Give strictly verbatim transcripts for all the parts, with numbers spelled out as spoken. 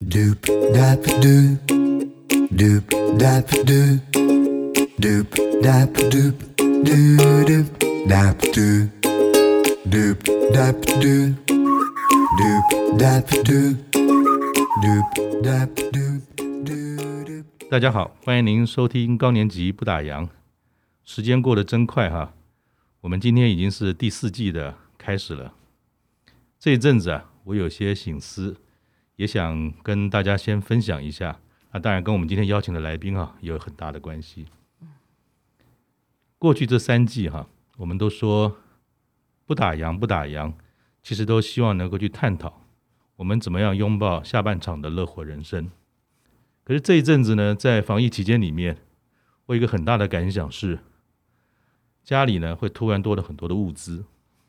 Doop dap doop, doop dap doop, doop dap doop, doo doop dap doop, doop dap doop, doop dap doop, doop dap doop, doo doop。 大家好，欢迎您收听高年级不打烊。时间过得真快哈，我们今天已经是第四季的开始了。这一阵子啊，我有些省思，也想跟大家先分享一下。那当然跟我们今天邀请的来宾啊有很大的关系。过去这三季哈，我们都说不打烊不打烊，其实都希望能够去探讨我们怎么样拥抱下半场的乐活人生。可是这一阵子呢，在防疫期间里面，我有一个很大的感想是，家里呢会突然多了很多的物资、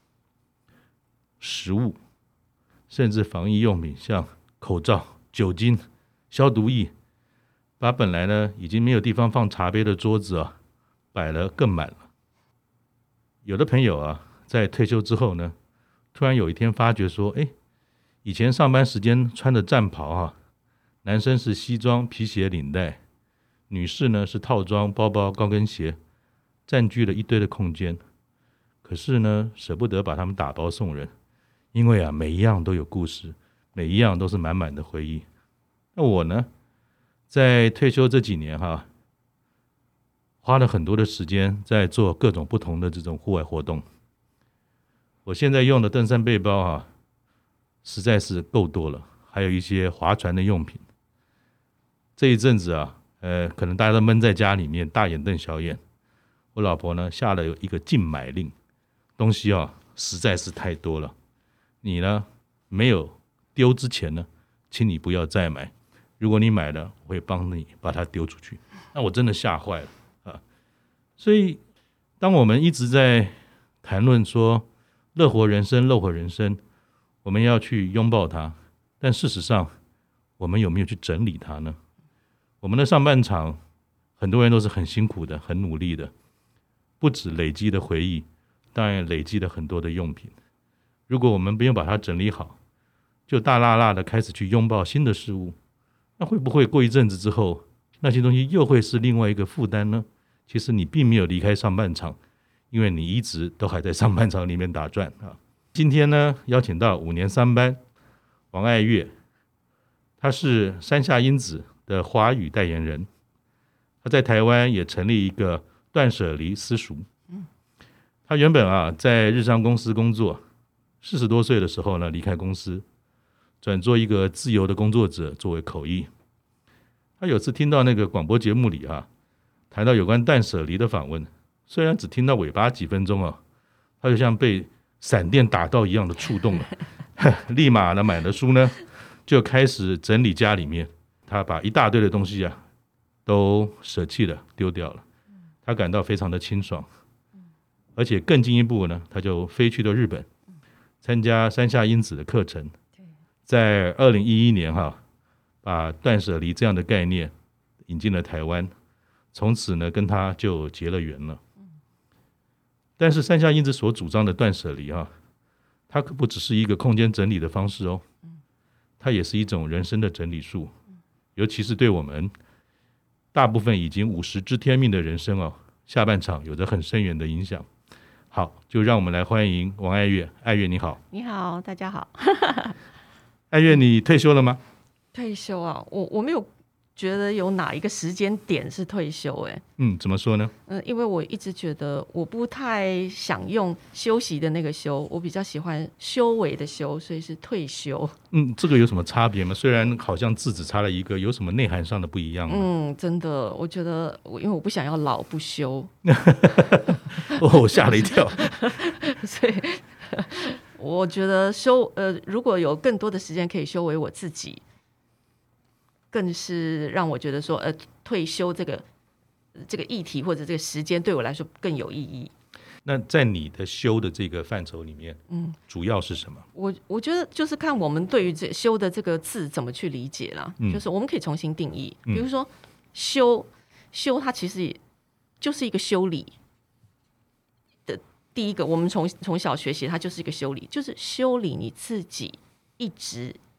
食物，甚至防疫用品，像口罩、酒精、消毒液，把本来呢已经没有地方放茶杯的桌子啊，摆了更满了。有的朋友啊，在退休之后呢，突然有一天发觉说，哎，以前上班时间穿的战袍啊，男生是西装、皮鞋、领带，女士呢是套装、包包、高跟鞋，占据了一堆的空间。可是呢，舍不得把他们打包送人，因为啊，每一样都有故事，每一样都是满满的回忆。那我呢，在退休这几年哈，花了很多的时间在做各种不同的这种户外活动。我现在用的登山背包啊，实在是够多了，还有一些划船的用品。这一阵子啊，呃，可能大家都闷在家里面，大眼瞪小眼。我老婆呢下了一个禁买令，东西啊实在是太多了。你呢没有丢之前呢，请你不要再买。如果你买了，我会帮你把它丢出去。那我真的吓坏了啊！所以，当我们一直在谈论说乐活人生，乐活人生，我们要去拥抱它，但事实上，我们有没有去整理它呢？我们的上半场，很多人都是很辛苦的，很努力的，不止累积的回忆，当然累积了很多的用品。如果我们没有把它整理好，就大辣辣的开始去拥抱新的事物，那会不会过一阵子之后，那些东西又会是另外一个负担呢？其实你并没有离开上半场，因为你一直都还在上半场里面打转啊。今天呢，邀请到五年三班王爱月，他是山下英子的华语代言人，他在台湾也成立一个断舍离私塾。他原本啊在日商公司工作，四十多岁的时候呢离开公司，转做一个自由的工作者，作为口译。他有次听到那个广播节目里啊，谈到有关断舍离的访问，虽然只听到尾巴几分钟啊，他就像被闪电打到一样的触动了，立马呢买了书呢，就开始整理家里面。他把一大堆的东西啊都舍弃了，丢掉了。他感到非常的清爽，而且更进一步呢，他就飞去了日本，参加山下英子的课程。在二零一一年哈，把断舍离这样的概念引进了台湾，从此呢跟他就结了缘了。但是山下英子所主张的断舍离哈，它可不只是一个空间整理的方式哦，它也是一种人生的整理术。尤其是对我们大部分已经五十知天命的人生哦，下半场有着很深远的影响。好，就让我们来欢迎王爱月。爱月你好。 你好，大家好。 爱月，你退休了吗？ 退休啊，我我没有觉得有哪一个时间点是退休哎、欸。 嗯，怎么说呢？ 嗯，因为我一直觉得我不太想用休息的那个休，我比较喜欢修为的修，所以是退休。 嗯，这个有什么差别吗？虽然好像字只差了一个，有什么内涵上的不一样吗？ 嗯，真的，我觉得我因为我不想要老不休。 哦，吓了一跳。 所以我觉得修呃，如果有更多的时间可以修为我自己，更是让我觉得说，呃，退休这个这个议题或者这个时间对我来说更有意义。 那在你的修的这个范畴里面，嗯，主要是什么？ 我我觉得就是看我们对于这修的这个字怎么去理解啦，嗯、就是我们可以重新定义，比如说修修，它其实就是一个修理的第一个，我们从从小学习，它就是一个修理，就是修理你自己一直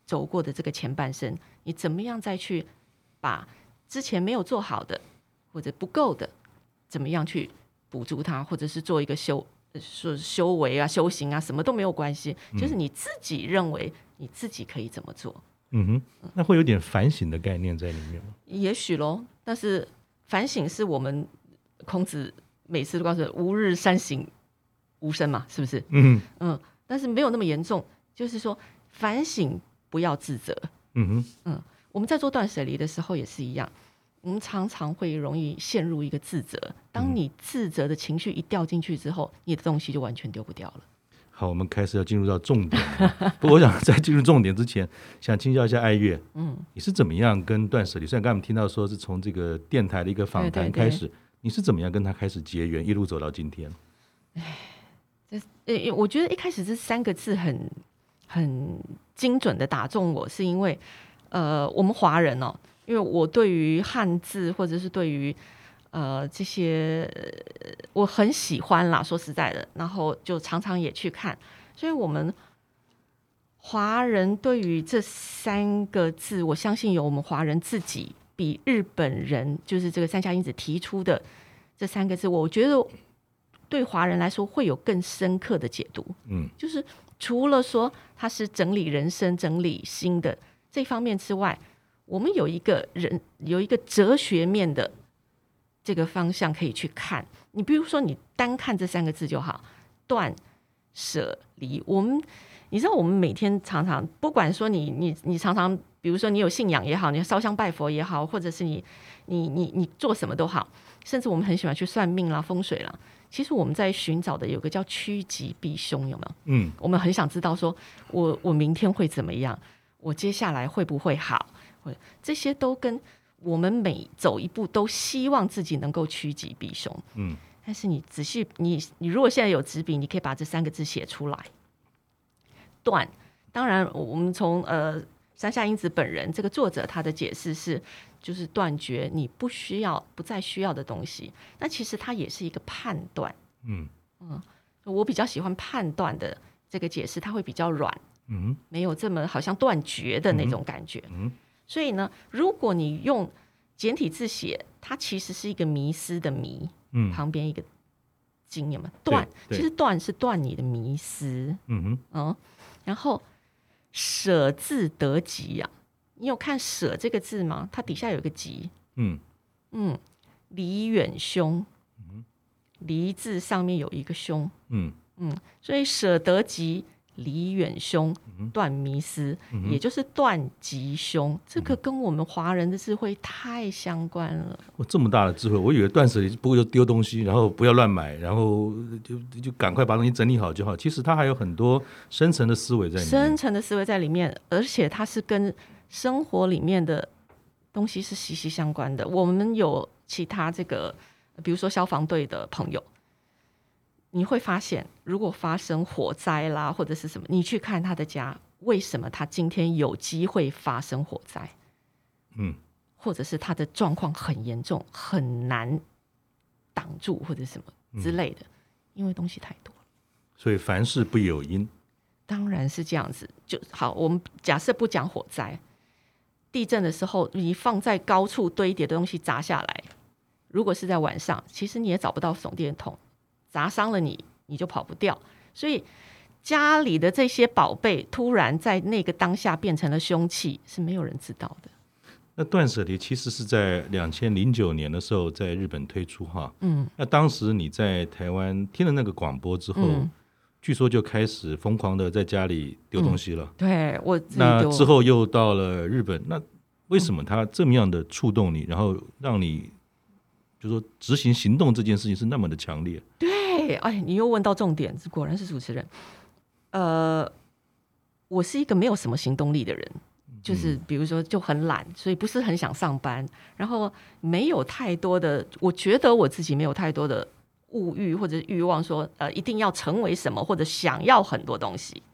走过的这个前半生，你怎么样再去把之前没有做好的或者不够的，怎么样去补足它，或者是做一个修说修为啊、修行啊，什么都没有关系，嗯、就是你自己认为你自己可以怎么做。 嗯哼，那会有点反省的概念在里面吗？ 也许咯，但是反省是我们孔子每次都告诉吾日三省吾身嘛，是不是？嗯嗯，但是没有那么严重，就是说反省不要自责。嗯哼，嗯，我们在做断舍离的时候也是一样，我们常常会容易陷入一个自责。当你自责的情绪一掉进去之后，你的东西就完全丢不掉了。 好，我们开始要进入到重点了。不过我想在进入重点之前，想请教一下爱月，嗯，你是怎么样跟断舍离？虽然刚才我们听到说是从这个电台的一个访谈开始，对对对，你是怎么样跟他开始结缘，一路走到今天？ 哎，这我觉得一开始这三个字很很精准的打中我，是因为呃，我们华人哦，因为我对于汉字或者是对于呃，这些我很喜欢啦，说实在的，然后就常常也去看，所以我们华人对于这三个字，我相信有我们华人自己比日本人，就是这个山下英子提出的这三个字，我觉得对华人来说会有更深刻的解读。嗯，就是除了说它是整理人生、整理心的这方面之外，我们有一个人有一个哲学面的这个方向可以去看。你比如说你单看这三个字就好，断舍离。我们你知道我们每天常常不管说你你你常常比如说你有信仰也好，你烧香拜佛也好，或者是你你你你做什么都好，甚至我们很喜欢去算命啦、风水啦，其实我们在寻找的有个叫趋吉避凶，有没有？嗯，我们很想知道说我我明天会怎么样，我接下来会不会好，这些都跟我们每走一步都希望自己能够趋吉避凶。嗯，但是你仔细你你如果现在有纸笔，你可以把这三个字写出来。断，当然我们从呃山下英子本人这个作者他的解释是，就是断绝你不需要不再需要的东西。那其实它也是一个判断。嗯嗯，我比较喜欢判断的这个解释，它会比较软，嗯，没有这么好像断绝的那种感觉。嗯。所以呢，如果你用简体字写，它其实是一个迷思的迷，嗯，旁边一个金有没有断？其实断是断你的迷思，嗯哼，嗯，然后舍字得吉啊，你有看舍这个字吗？它底下有一个吉，嗯嗯，离远凶，嗯，离字上面有一个凶，嗯嗯，所以舍得吉。离远凶，断迷思，嗯、也就是断吉凶，这个跟我们华人的智慧太相关了。 哇，这么大的智慧，我以为断舍离不过就丢东西，然后不要乱买，然后就就赶快把东西整理好就好。其实它还有很多深层的思维在里面， 深层的思维在里面，而且它是跟生活里面的东西是息息相关的。我们有其他这个，比如说消防队的朋友。你会发现，如果发生火灾啦，或者是什么，你去看他的家，为什么他今天有机会发生火灾？嗯，或者是他的状况很严重，很难挡住，或者什么之类的，嗯、因为东西太多了。 所以凡事不有因， 当然是这样子。就好，我们假设不讲火灾，地震的时候，你放在高处堆叠的东西砸下来，如果是在晚上，其实你也找不到手电筒。砸伤了你，你就跑不掉。所以家里的这些宝贝突然在那个当下变成了凶器，是没有人知道的。 那断舍离其实是在两千零九年的时候在日本推出哈。嗯，那当时你在台湾听了那个广播之后，嗯、据说就开始疯狂的在家里丢东西了。 嗯、对我自己丢。 那之后又到了日本，那为什么它这么样的触动你，然后让你就说执行行动这件事情是那么的强烈？ 对。哎，你又问到重点，果然是主持人。呃，我是一个没有什么行动力的人，就是比如说就很懒，所以不是很想上班，然后没有太多的，我觉得我自己没有太多的物欲或者欲望说，呃，一定要成为什么或者想要很多东西。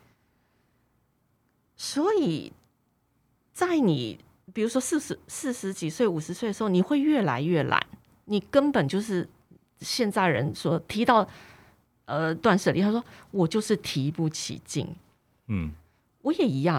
所以在你比如说四十四十几岁、五十岁的时候，你会越来越懒，你根本就是。现在人说提到呃断舍离，他说我就是提不起劲。嗯，我也一样，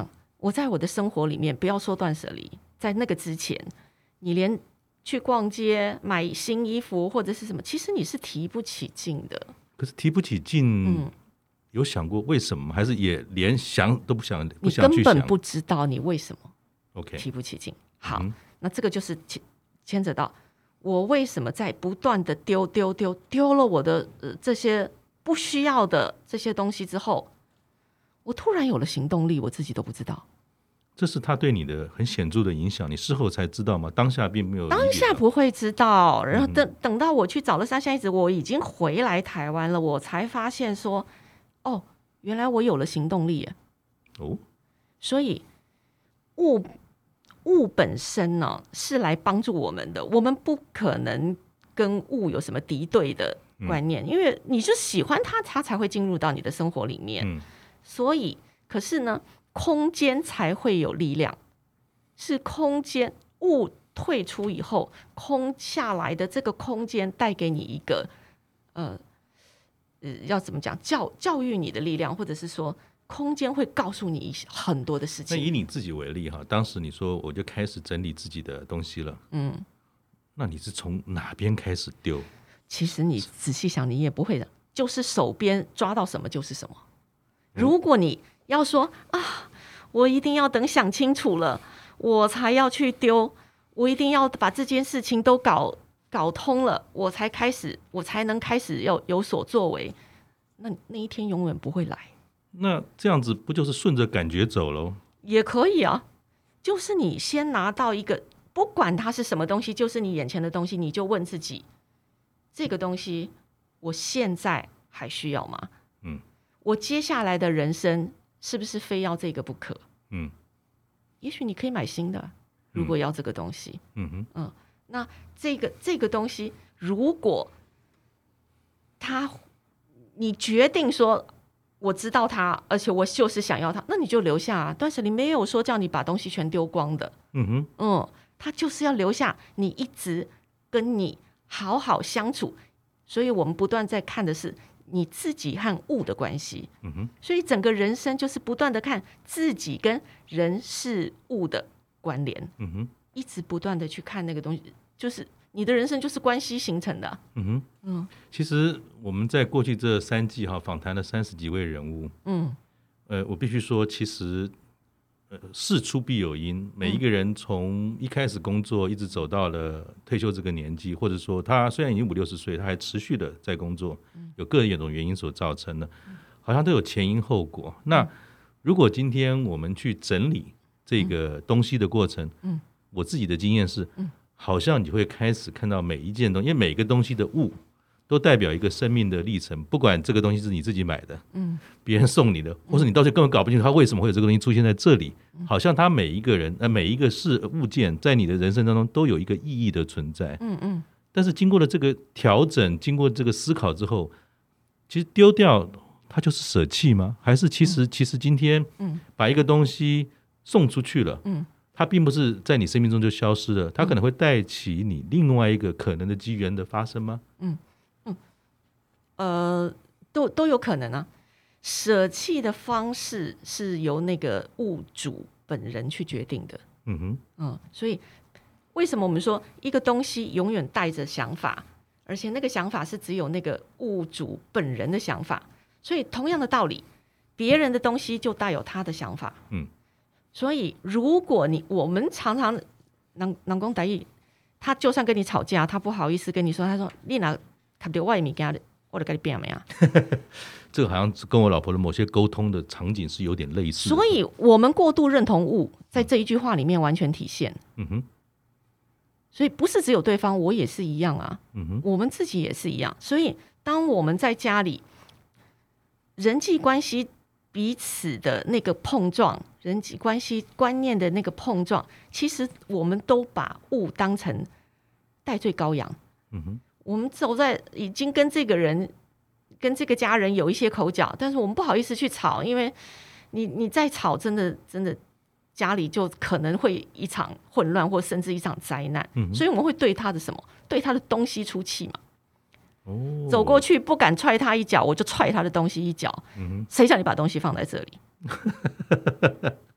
我在我的生活里面，不要说断舍离，在那个之前，你连去逛街买新衣服或者是什么，其实你是提不起劲的。 可是提不起劲， 嗯， 有想过为什么吗？还是也连想都不想，不你想去想？ 根本不知道你为什么 OK 提不起劲。好， 嗯那这个就是牵牵扯到我为什么在不断的丢丢丢丢了我的、呃、这些不需要的这些东西之后，我突然有了行动力，我自己都不知道。 这是他对你的很显著的影响，你事后才知道吗？当下并没有理解到， 当下不会知道，然后等、 嗯、 等到我去找了山下一子，我已经回来台湾了，我才发现说，哦，原来我有了行动力耶。 哦， 所以物物本身呢是来帮助我们的，我们不可能跟物有什么敌对的观念，嗯、因为你就喜欢它，它才会进入到你的生活里面。嗯、所以，可是呢，空间才会有力量，是空间物退出以后，空下来的这个空间带给你一个呃呃，要怎么讲教教育你的力量，或者是说。空间会告诉你很多的事情。 那以你自己为例哈，当时你说我就开始整理自己的东西了，嗯，那你是从哪边开始丢？ 其实你仔细想，你也不会的，就是手边抓到什么就是什么。如果你要说啊，我一定要等想清楚了，我才要去丢，我一定要把这件事情都搞搞通了，我才开始，我才能开始要有所作为。那那一天永远不会来。 那这样子不就是顺着感觉走咯？ 也可以啊，就是你先拿到一个，不管它是什么东西，就是你眼前的东西，你就问自己，这个东西我现在还需要吗？嗯，我接下来的人生是不是非要这个不可？嗯，也许你可以买新的，如果要这个东西。嗯哼，嗯，那这个这个东西，如果它你决定说。我知道它，而且我就是想要它，那你就留下啊。断舍离没有说叫你把东西全丢光的，嗯哼，嗯，它就是要留下你一直跟你好好相处。所以我们不断在看的是你自己和物的关系，嗯哼，所以整个人生就是不断的看自己跟人事物的关联，嗯哼，一直不断的去看那个东西，就是你的人生就是关系形成的、啊。嗯哼，嗯， 其实我们在过去这三季哈访谈了三十几位人物，嗯，呃，我必须说，其实呃事出必有因，每一个人从一开始工作一直走到了退休这个年纪，或者说他虽然已经五六十岁，他还持续的在工作，有各种原因所造成的，好像都有前因后果。那如果今天我们去整理这个东西的过程，嗯，我自己的经验是，嗯。好像你会开始看到每一件东西，因为每个东西的物都代表一个生命的历程，不管这个东西是你自己买的，嗯，别人送你的，或是你到底根本搞不清楚它为什么会有这个东西出现在这里，好像它每一个人、呃、每一个事物件在你的人生当中都有一个意义的存在，嗯嗯。但是经过了这个调整，经过这个思考之后，其实丢掉它就是舍弃吗？还是其实、嗯、其实今天把一个东西送出去了，嗯。它并不是在你生命中就消失了，它可能会带起你另外一个可能的机缘的发生吗？嗯嗯， 呃，都都有可能啊。舍弃的方式是由那个物主本人去决定的。嗯哼，嗯，所以为什么我们说一个东西永远带着想法，而且那个想法是只有那个物主本人的想法？所以同样的道理，别人的东西就带有他的想法。嗯。所以，如果你我们常常人人讲台语，他就算跟你吵架，他不好意思跟你说，他说你哪看到我的物件，我就跟你变没啊。 这个好像跟我老婆的某些沟通的场景是有点类似的。 所以我们过度认同物，在这一句话里面完全体现。嗯哼。所以不是只有对方，我也是一样啊。嗯哼。我们自己也是一样。所以当我们在家里人际关系。彼此的那个碰撞，人际关系观念的那个碰撞，其实我们都把物当成代罪羔羊。嗯哼，我们走在已经跟这个人、跟这个家人有一些口角，但是我们不好意思去吵，因为你你再吵，真的真的家里就可能会一场混乱，或甚至一场灾难。嗯，所以我们会对他的什么？对他的东西出气嘛。哦，走过去不敢踹他一脚，我就踹他的东西一脚。嗯，谁叫你把东西放在这里？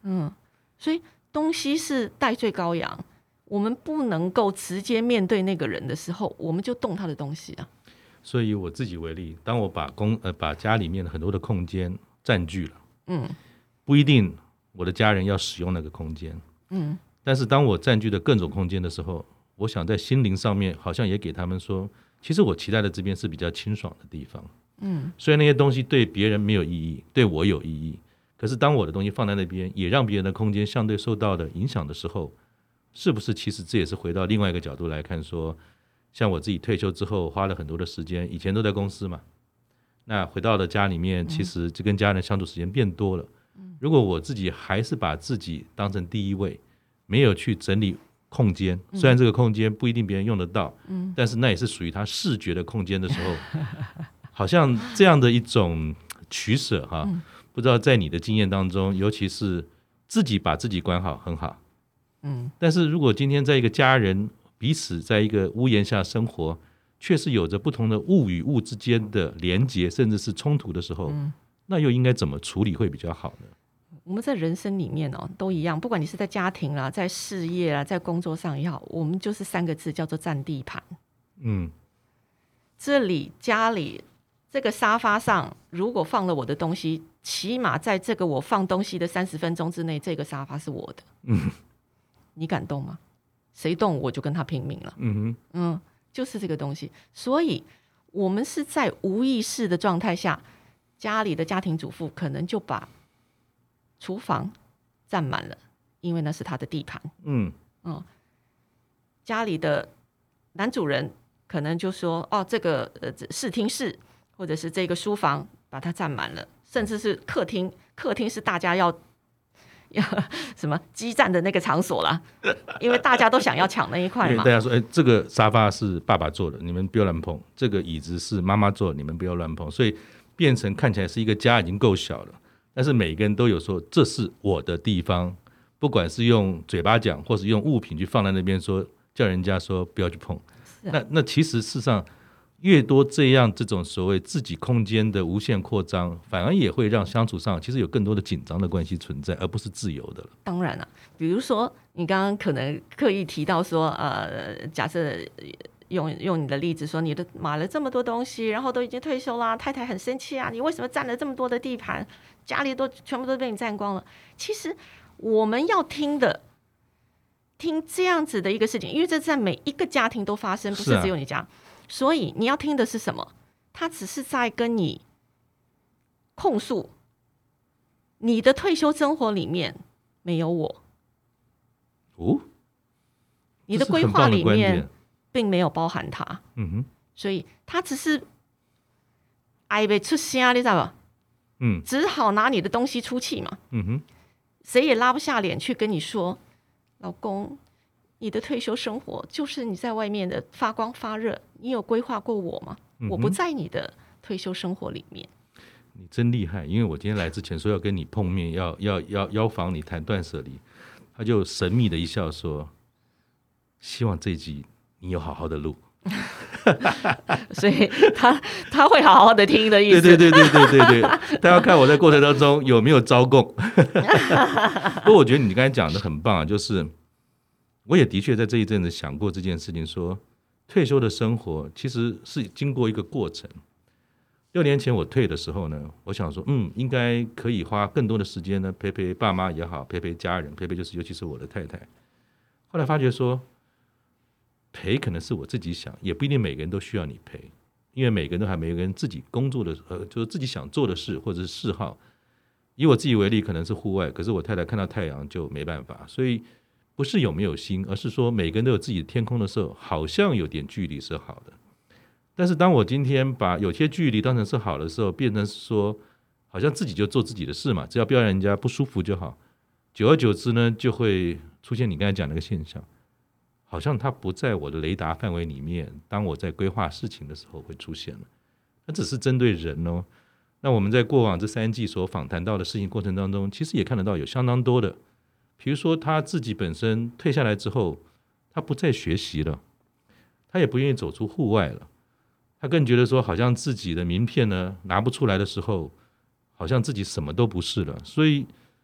嗯，所以东西是代罪羔羊，我们不能够直接面对那个人的时候，我们就动他的东西啊。 所以我自己为例，当我把公呃把家里面的很多的空间占据了， 嗯不一定我的家人要使用那个空间， 嗯但是当我占据的各种空间的时候，我想在心灵上面好像也给他们说，其实我期待的这边是比较清爽的地方。 嗯， 虽然那些东西对别人没有意义，对我有意义，可是当我的东西放在那边，也让别人的空间相对受到的影响的时候，是不是其实这也是回到另外一个角度来看说，像我自己退休之后花了很多的时间，以前都在公司嘛，那回到了家里面，其实就跟家人相处时间变多了。如果我自己还是把自己当成第一位，没有去整理空间，虽然这个空间不一定别人用得到，嗯、但是那也是属于他视觉的空间的时候，好像这样的一种取舍哈，嗯、不知道在你的经验当中，尤其是自己把自己管好很好，嗯，但是如果今天在一个家人彼此在一个屋檐下生活，确实有着不同的物与物之间的连结，甚至是冲突的时候，嗯、那又应该怎么处理会比较好呢？ 我们在人生里面哦，都一样，不管你是在家庭啦，在事业啦，在工作上也好，我们就是三个字，叫做占地盘。嗯，这里家里这个沙发上，如果放了我的东西，起码在这个我放东西的三十分钟之内，这个沙发是我的。嗯，你敢动吗？谁动我就跟他拼命了。嗯哼，嗯，就是这个东西。所以我们是在无意识的状态下，家里的家庭主妇可能就把厨房占满了，因为那是他的地盘。嗯嗯，家里的男主人可能就说：“哦，这个呃视听室或者是这个书房把它占满了，甚至是客厅，客厅是大家要要什么激战的那个场所啦，因为大家都想要抢那一块嘛。”大家说：“哎，这个沙发是爸爸坐的，你们不要乱碰；这个椅子是妈妈坐的，你们不要乱碰。”所以变成看起来是一个家已经够小了。但是每个人都有说这是我的地方，不管是用嘴巴讲，或是用物品去放在那边说，叫人家说不要去碰。啊、那那其实事实上，越多这样这种所谓自己空间的无限扩张，反而也会让相处上其实有更多的紧张的关系存在，而不是自由的了。 当然了、啊，比如说你刚刚可能刻意提到说，呃，假设。用用你的例子说，你的买了这么多东西，然后都已经退休啦，太太很生气啊，你为什么占了这么多的地盘，家里都全部都被你占光了。其实我们要听的，听这样子的一个事情，因为这在每一个家庭都发生，不是只有你家，啊、所以你要听的是什么？他只是在跟你控诉你的退休生活里面没有我， 哦， 你的规划里面并没有包含他，嗯哼，所以他只是爱被出声，你知道吧？嗯，只好拿你的东西出气嘛，嗯哼，谁也拉不下脸去跟你说，老公，你的退休生活就是你在外面的发光发热，你有规划过我吗？嗯、我不在你的退休生活里面。 你真厉害，因为我今天来之前说要跟你碰面，要要要邀访你谈断舍离，他就神秘的一笑说，希望这一集你有好好的录， 所以他他会好好的听的意思。 对对对对对对对，他要看我在过程当中有没有招供。不过我觉得你刚才讲的很棒啊，就是我也的确在这一阵子想过这件事情，说退休的生活其实是经过一个过程。六年前我退的时候呢，我想说，嗯，应该可以花更多的时间呢，陪陪爸妈也好，陪陪家人，陪陪就是尤其是我的太太。后来发觉说，陪可能是我自己想，也不一定每个人都需要你陪，因为每个人都还每个人自己工作的呃，就是自己想做的事或者是嗜好。以我自己为例，可能是户外，可是我太太看到太阳就没办法，所以不是有没有心，而是说每个人都有自己的天空的时候，好像有点距离是好的。但是当我今天把有些距离当成是好的时候，变成说好像自己就做自己的事嘛，只要不要让人家不舒服就好。久而久之呢，就会出现你刚才讲的一个现象，好像它不在我的雷达范围里面，当我在规划事情的时候会出现了。那只是针对人哦。那我们在过往这三季所访谈到的事情过程当中，其实也看得到有相当多的，比如说他自己本身退下来之后，他不再学习了，他也不愿意走出户外了，他更觉得说好像自己的名片呢拿不出来的时候，好像自己什么都不是了。所以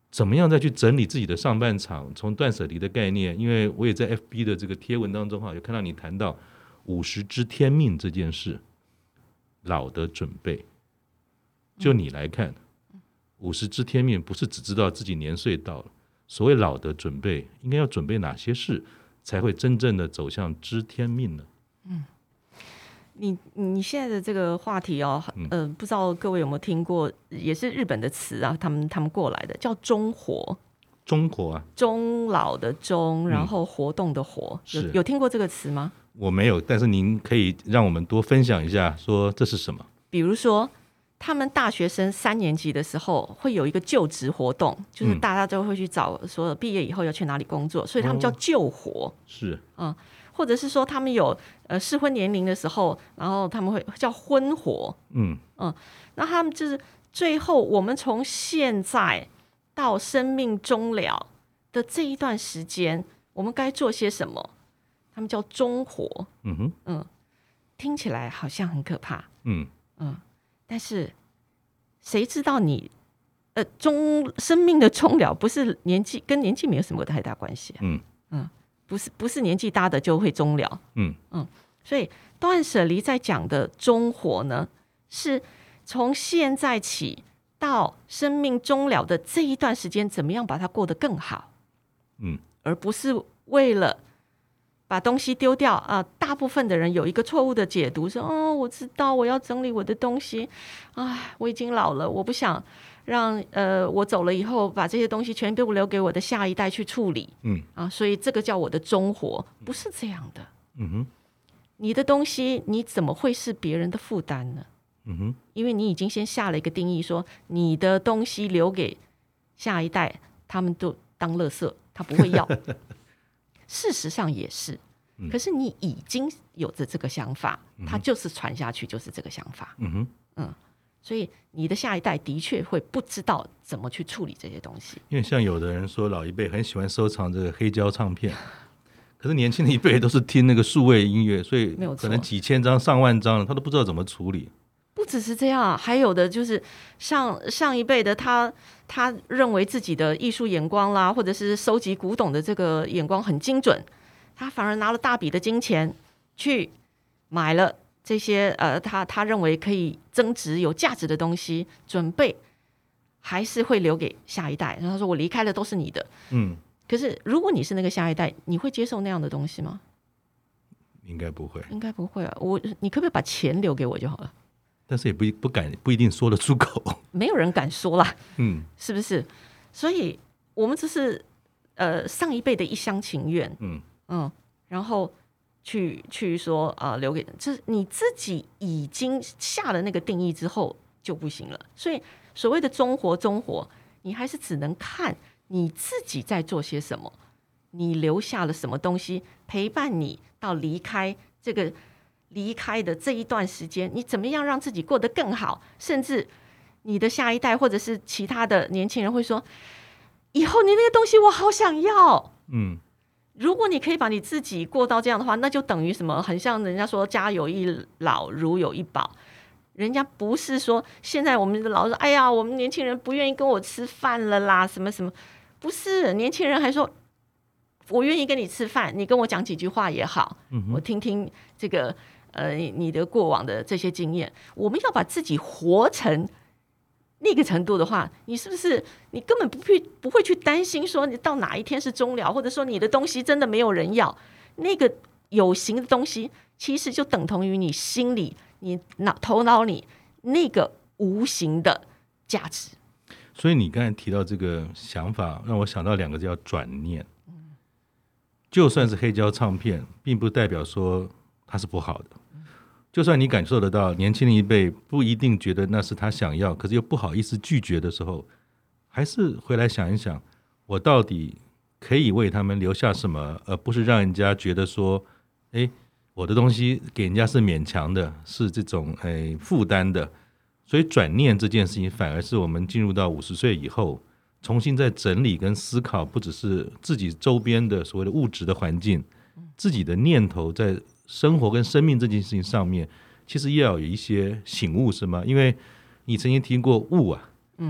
怎么样再去整理自己的上半场，从断舍离的概念，因为我也在 F B 的这个贴文当中哈，有看到你谈到五十知天命这件事，老的准备。就你来看，五十知天命不是只知道自己年岁到了，所谓老的准备，应该要准备哪些事，才会真正的走向知天命呢？ 嗯，你你现在的这个话题哦，呃，不知道各位有没有听过，也是日本的词啊，他们他们过来的，叫中活。 中活啊， 终老的终，然后活动的活，嗯、有有听过这个词吗？ 我没有，但是您可以让我们多分享一下，说这是什么？ 比如说，他们大学生三年级的时候会有一个就职活动，就是大家都会去找说毕业以后要去哪里工作，所以他们叫就活。哦、 是， 嗯，或者是说他们有呃适婚年龄的时候，然后他们会叫婚活。嗯嗯，那他们就是最后我们从现在到生命终了的这一段时间，我们该做些什么？他们叫终活。嗯哼，嗯，听起来好像很可怕。嗯嗯，但是谁知道你呃终生命的终了不是年纪，跟年纪没有什么太大关系、啊。嗯嗯，不是不是年纪大的就会终了。嗯嗯，所以断舍离在讲的终活呢，是从现在起到生命终了的这一段时间，怎么样把它过得更好？嗯，而不是为了把东西丢掉啊、呃！大部分的人有一个错误的解读，说：“哦，我知道我要整理我的东西，哎，我已经老了，我不想让呃我走了以后把这些东西全部留给我的下一代去处理。”嗯啊，所以这个叫我的终活，不是这样的。嗯哼，你的东西你怎么会是别人的负担呢？嗯哼，因为你已经先下了一个定义，说你的东西留给下一代，他们都当垃圾，他不会要。事实上也是，可是你已经有着这个想法，嗯、它就是传下去，就是这个想法。嗯哼，嗯，所以你的下一代的确会不知道怎么去处理这些东西。 因为像有的人说，老一辈很喜欢收藏这个黑胶唱片。可是年轻的一辈都是听那个数位音乐，所以可能几千张上万张了，他都不知道怎么处理。 不只是这样，还有的就是上上一辈的他他认为自己的艺术眼光啦，或者是收集古董的这个眼光很精准，他反而拿了大笔的金钱去买了这些呃他他认为可以增值有价值的东西，准备还是会留给下一代。然后他说我离开了都是你的，嗯。可是如果你是那个下一代，你会接受那样的东西吗？ 应该不会， 应该不会啊。我你可不可以把钱留给我就好了？ 但是也 不, 不敢不一定说得出口， 没有人敢说啦，嗯，是不是？所以我们只是呃上一辈的一厢情愿，嗯嗯，然后去去说啊、呃、留给，就是你自己已经下了那个定义之后就不行了。所以所谓的终活终活，你还是只能看你自己在做些什么，你留下了什么东西陪伴你到离开这个。离开的这一段时间，你怎么样让自己过得更好？甚至你的下一代或者是其他的年轻人会说：“以后你那个东西我好想要。”嗯，如果你可以把你自己过到这样的话，那就等于什么？很像人家说“家有一老，如有一宝”。人家不是说现在我们的老说：“哎呀，我们年轻人不愿意跟我吃饭了啦，什么什么。”不是，年轻人还说：“我愿意跟你吃饭，你跟我讲几句话也好，嗯、我听听这个。”呃，你的过往的这些经验，我们要把自己活成那个程度的话，你是不是你根本不会不会去担心说你到哪一天是终了，或者说你的东西真的没有人要？那个有形的东西，其实就等同于你心里、你脑头脑里那个无形的价值。 所以你刚才提到这个想法，让我想到两个叫转念。就算是黑胶唱片，并不代表说它是不好的。就算你感受得到年轻的一辈不一定觉得那是他想要，可是又不好意思拒绝的时候，还是回来想一想，我到底可以为他们留下什么，而不是让人家觉得说，哎，我的东西给人家是勉强的，是这种哎负担的。所以转念这件事情，反而是我们进入到五十岁以后，重新再整理跟思考，不只是自己周边的所谓的物质的环境，自己的念头在生活跟生命这件事情上面，其实也要有一些醒悟，是吗？因为你曾经提过悟啊，嗯，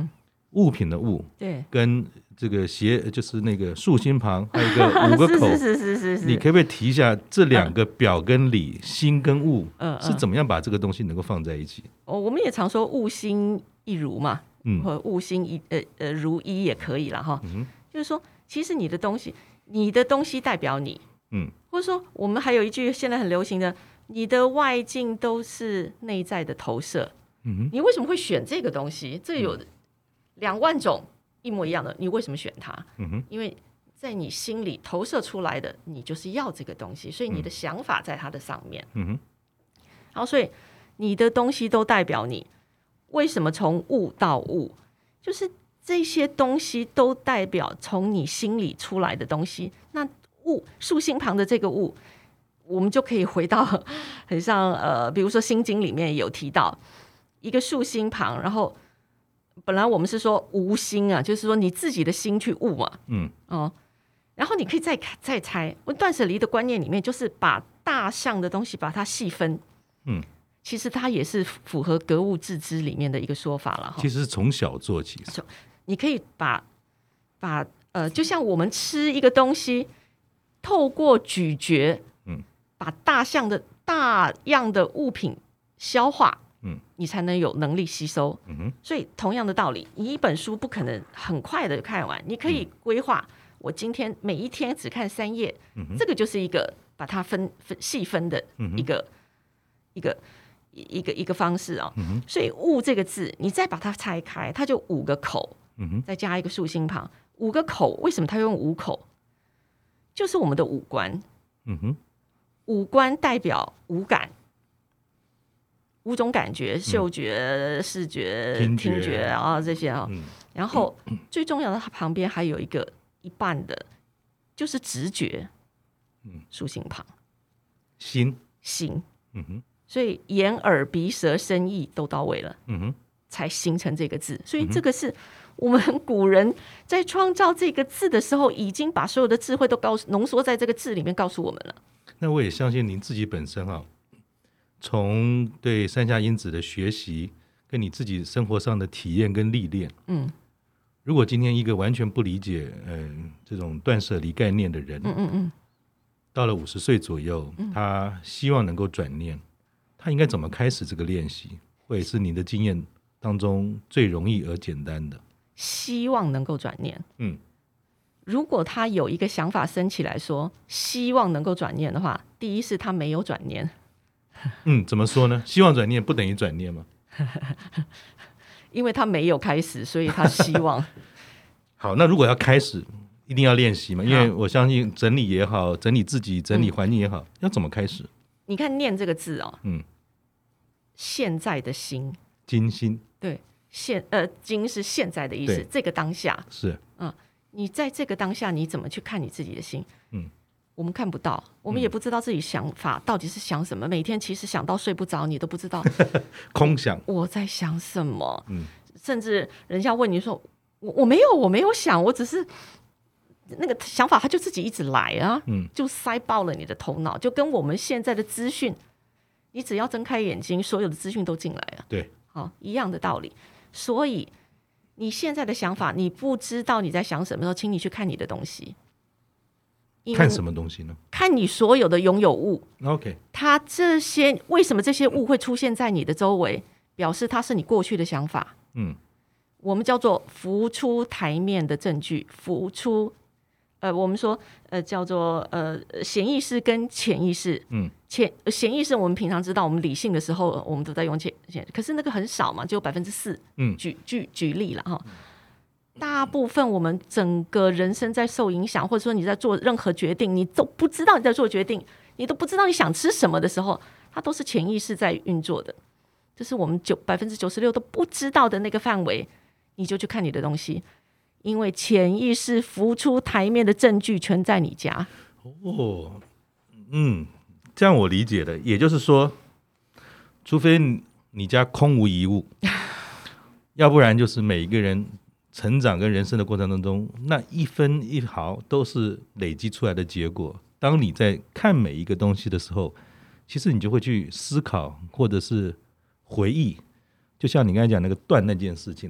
物品的物， 对， 跟这个斜就是那个竖心旁，还有一个五个口， 是是是是是， 你可不可以提一下这两个表跟里，心跟物， 嗯， 是怎么样把这个东西能够放在一起？ 哦，我们也常说物心一如嘛， 嗯， 或物心一呃呃如一也可以了哈。 嗯， 就是说，其实你的东西，你的东西代表你， 嗯， 或者说我们还有一句现在很流行的，你的外境都是内在的投射。 嗯， 你为什么会选这个东西？这有两万种一模一样的，你为什么选它？ 嗯哼， 因为在你心里投射出来的，你就是要这个东西，所以你的想法在它的上面。 嗯哼， 然后所以你的东西都代表你。为什么从物到物？就是这些东西都代表从你心里出来的东西。那物竖心旁的这个物，我们就可以回到很像呃，比如说《心经》里面有提到一个竖心旁，然后本来我们是说无心啊，就是说你自己的心去悟嘛， 嗯， 哦，然后你可以再再猜，我断舍离的观念里面就是把大项的东西把它细分， 嗯。 其实它也是符合格物致知里面的一个说法了。 其实是从小做起， 你可以把把呃，就像我们吃一个东西，透过咀嚼，嗯，把大项的大样的物品消化，嗯，你才能有能力吸收。嗯哼，所以同样的道理，你一本书不可能很快的看完，你可以规划，我今天每一天只看三页，嗯，这个就是一个把它分分细分的一个、嗯、一个。一个一个方式啊、哦嗯，所以“物”这个字，你再把它拆开，它就五个口，嗯、再加一个竖心旁，五个口。为什么它用五口？就是我们的五官，嗯哼，五官代表五感，五种感觉：嗅觉、视觉、 听觉, 听觉啊这些啊、哦嗯。 然后最重要的，它旁边还有一个一半的，就是直觉，嗯，竖心旁， 心心， 嗯哼。 所以眼耳鼻舌身意都到位了， 嗯哼， 才形成这个字。所以这个是我们古人在创造这个字的时候，已经把所有的智慧都告诉浓缩在这个字里面，告诉我们了。 那我也相信您自己本身啊，从对山下英子的学习，跟你自己生活上的体验跟历练，嗯，如果今天一个完全不理解呃这种断舍离概念的人，嗯嗯嗯，到了五十岁左右，他希望能够转念。他应该怎么开始这个练习，或者是你的经验当中最容易而简单的？ 希望能够转念。 嗯， 如果他有一个想法升起来说希望能够转念的话，第一是他没有转念。 嗯，怎么说呢？希望转念不等于转念吗？ 因为他没有开始，所以他希望。 好，那如果要开始，一定要练习嘛？因为我相信整理也好，整理自己、整理环境也好，嗯、要怎么开始？ 你看“念”这个字哦， 嗯， 现在的心， 今心， 对，现呃，今是现在的意思，这个当下是， 嗯，你在这个当下，你怎么去看你自己的心？ 嗯， 我们看不到，我们也不知道自己想法到底是想什么，嗯、每天其实想到睡不着，你都不知道空想我在想什么， 嗯， 甚至人家问你说，我我没有，我没有想，我只是。那个想法它就自己一直来啊、嗯，就塞爆了你的头脑，就跟我们现在的资讯，你只要睁开眼睛，所有的资讯都进来了， 对， 好，一样的道理。所以你现在的想法，你不知道你在想什么时候，请你去看你的东西。 看什么东西呢？ 看你所有的拥有物。 OK， 它这些为什么这些物会出现在你的周围，表示它是你过去的想法。嗯，我们叫做浮出台面的证据，浮出。呃，我们说，呃，叫做呃显意识跟潜意识。嗯，潜显意识我们平常知道，我们理性的时候，我们都在用潜潜，可是那个很少嘛，只有百分之四。嗯，举举举例了哈，大部分我们整个人生在受影响，或者说你在做任何决定，你都不知道你在做决定，你都不知道你想吃什么的时候，它都是潜意识在运作的，这是我们九百分之九十六都不知道的那个范围，你就去看你的东西。因为潜意识浮出台面的证据全在你家。 哦，嗯，这样我理解了。也就是说，除非你家空无一物，要不然就是每一个人成长跟人生的过程当中，那一分一毫都是累积出来的结果。当你在看每一个东西的时候，其实你就会去思考，或者是回忆。就像你刚才讲那个断那件事情的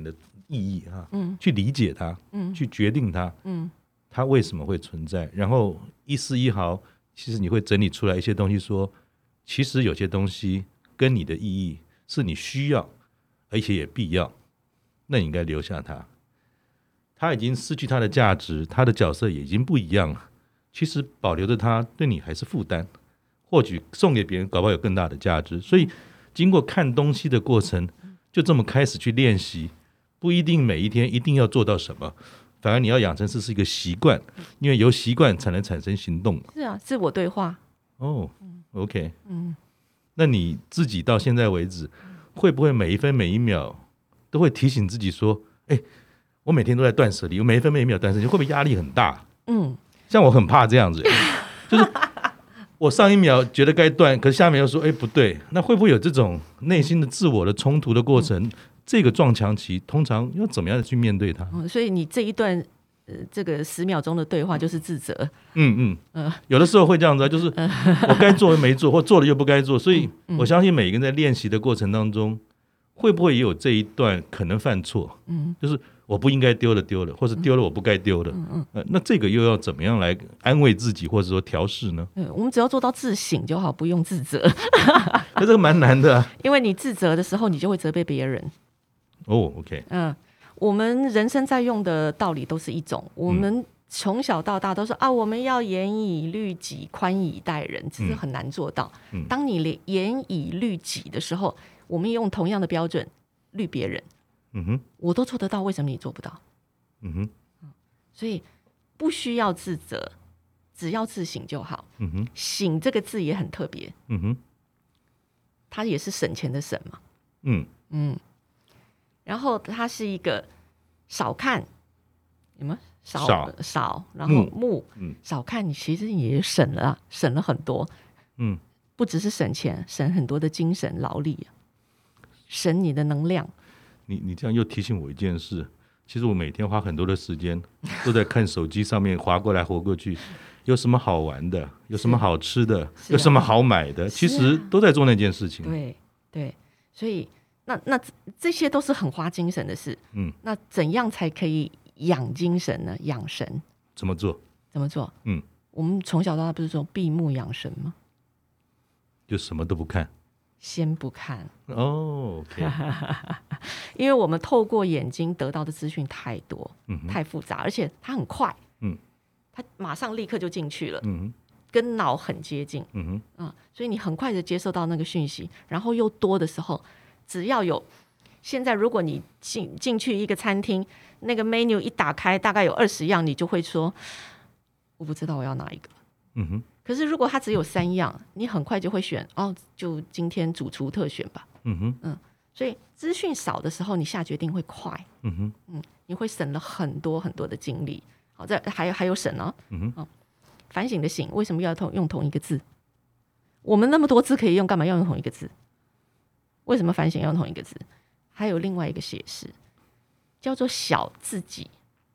意义啊， 嗯去理解它， 嗯去决定它， 嗯它为什么会存在，然后一丝一毫，其实你会整理出来一些东西说，其实有些东西跟你的意义是你需要，而且也必要，那你应该留下它。它已经失去它的价值，它的角色也已经不一样了。其实保留着它，对你还是负担。或许送给别人，搞不好有更大的价值。所以，经过看东西的过程，就这么开始去练习，不一定每一天一定要做到什么，反而你要养成这是一个习惯，因为由习惯才能产生行动。 是啊，自我对话。 哦 ，OK， 嗯， 那你自己到现在为止，会不会每一分每一秒都会提醒自己说，哎，我每天都在断舍离，我每一分每一秒断舍离，会不会压力很大？ 嗯， 像我很怕这样子，就是我上一秒觉得该断，可是下面又说，哎，不对，那会不会有这种内心的自我的冲突的过程？嗯、这个撞墙期通常要怎么样去面对它？ 嗯、所以你这一段呃这个十秒钟的对话就是自责。 嗯嗯， 呃、 有的时候会这样子、啊，就是我该做又没做，或做了又不该做，所以我相信每个人在练习的过程当中，会不会也有这一段可能犯错？嗯，就是我不应该丢了丢了，或是丢了我不该丢的。嗯嗯、呃，那这个又要怎么样来安慰自己，或者说调试呢？ 嗯，我们只要做到自省就好，不用自责。 那这个蛮难的、啊， 因为你自责的时候，你就会责备别人。 哦 ，OK， 嗯，我们人生在用的道理都是一种，我们从小到大都说啊，我们要严以律己，宽以待人，这是很难做到。嗯、当你连严以律己的时候，我们用同样的标准律别人。嗯哼，我都做得到，为什么你做不到？嗯哼，所以不需要自责，只要自省就好。嗯哼，省这个字也很特别。嗯哼，它也是省钱的省嘛。嗯嗯，然后它是一个少看，有没有少少, 少然后目、嗯、少看，你其实也省了啊，省了很多。嗯，不只是省钱，省很多的精神劳力、啊，省你的能量。 你你这样又提醒我一件事，其实我每天花很多的时间都在看手机上面滑过来滑过去，有什么好玩的，有什么好吃的，啊、有什么好买的，其实都在做那件事情。 对对，所以那那这些都是很花精神的事。嗯，那怎样才可以养精神呢？养神怎么做？ 怎么做？嗯，我们从小到大不是说闭目养神吗？ 就什么都不看。 先不看哦、oh, okay. 因为我们透过眼睛得到的资讯太多、嗯、太复杂，而且它很快，嗯，它马上立刻就进去了，嗯，跟脑很接近，嗯嗯，所以你很快的接受到那个讯息，然后又多的时候，只要有现在如果你进进去一个餐厅，那个 menu 一打开，大概有二十样，你就会说我不知道我要哪一个，嗯哼。可是如果它只有三样，你很快就会选哦，就今天主厨特选吧。嗯哼，嗯，所以资讯少的时候，你下决定会快。嗯哼，嗯，你会省了很多很多的精力。好，这还有还有省哦。嗯哼，哦，反省的省为什么要同用同一个字？我们那么多字可以用，干嘛要用同一个字？为什么反省要用同一个字？还有另外一个解释，叫做小自己，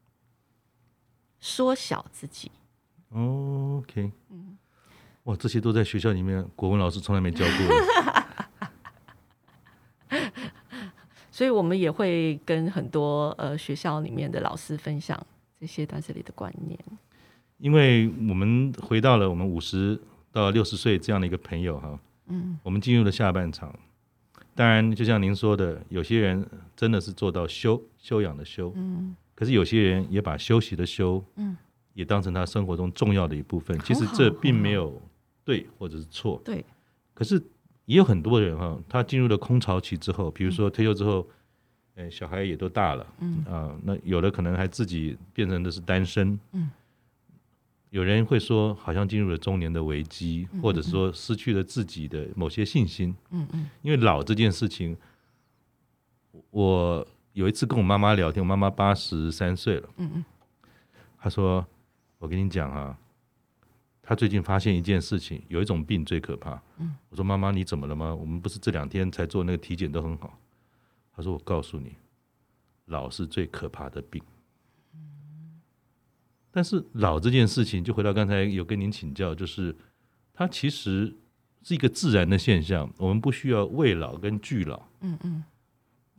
缩小自己。 哦 OK， 嗯。哇，这些都在学校里面，国文老师从来没教过的。 所以我们也会跟很多呃学校里面的老师分享这些断舍离的观念。 因为我们回到了我们五十到六十岁这样的一个朋友哈，嗯，我们进入了下半场。当然，就像您说的，有些人真的是做到修修养的修，嗯，可是有些人也把休息的休，嗯，也当成他生活中重要的一部分。其实这并没有对或者是错， 对。 可是也有很多人哈，他进入了空巢期之后，比如说退休之后，嗯、小孩也都大了，嗯啊、呃，那有的可能还自己变成的是单身，嗯。有人会说，好像进入了中年的危机，嗯嗯嗯，或者说失去了自己的某些信心，嗯嗯。因为老这件事情，我有一次跟我妈妈聊天，我妈妈八十三岁了，嗯嗯。她说：“我跟你讲啊。”他最近发现一件事情，有一种病最可怕。嗯、我说：“妈妈，你怎么了吗？我们不是这两天才做那个体检都很好。”他说：“我告诉你，老是最可怕的病。嗯”但是老这件事情，就回到刚才有跟您请教，就是它其实是一个自然的现象，我们不需要畏老跟惧老。嗯嗯。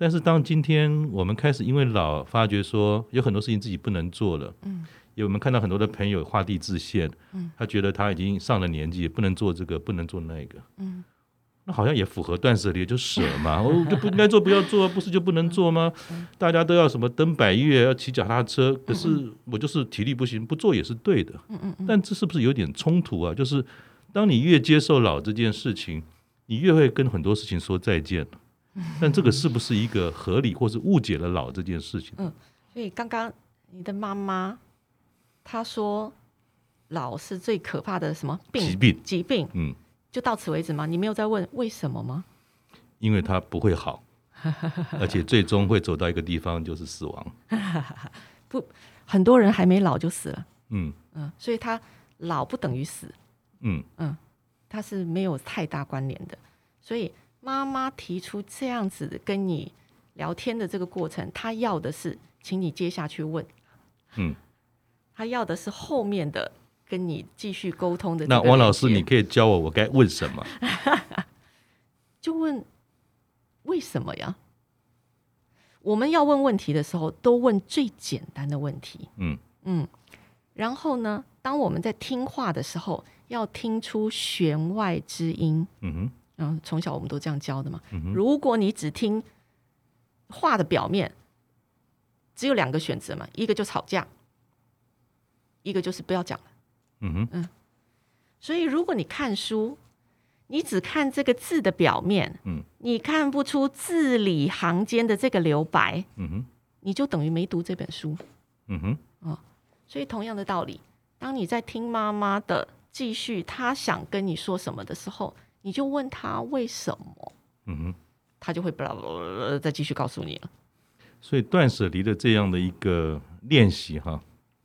但是当今天我们开始因为老发觉说有很多事情自己不能做了，嗯，有我们看到很多的朋友画地自限，嗯，他觉得他已经上了年纪，不能做这个，不能做那个，嗯，那好像也符合断舍离，就舍嘛，哦，就不应该做，不要做，不是就不能做吗？嗯、大家都要什么登百岳，要骑脚踏车，可是我就是体力不行，不做也是对的，嗯嗯嗯，但这是不是有点冲突啊？就是当你越接受老这件事情，你越会跟很多事情说再见。但这个是不是一个合理或是误解了老这件事情？ 嗯，所以刚刚你的妈妈她说老是最可怕的什么病疾病疾病，嗯，就到此为止吗？你没有再问为什么吗？ 因为它不会好，而且最终会走到一个地方，就是死亡。 不，很多人还没老就死了。 嗯嗯，所以他老不等于死。嗯嗯，它是没有太大关联的，所以。妈妈提出这样子跟你聊天的这个过程，她要的是请你接下去问，嗯，她要的是后面的跟你继续沟通的。 那王老师，你可以教我我该问什么？ 就问为什么呀？我们要问问题的时候，都问最简单的问题。嗯嗯，然后呢，当我们在听话的时候，要听出弦外之音。嗯哼。然后从小我们都这样教的嘛、嗯、如果你只听话的表面，只有两个选择嘛，一个就吵架，一个就是不要讲了。嗯哼嗯，所以如果你看书，你只看这个字的表面，嗯，你看不出字里行间的这个留白，嗯哼，你就等于没读这本书。嗯哼、哦、所以同样的道理，当你在听妈妈的继续她想跟你说什么的时候，你就问他为什么，嗯哼，他就会不啦再继续告诉你了。 所以断舍离的这样的一个练习哈，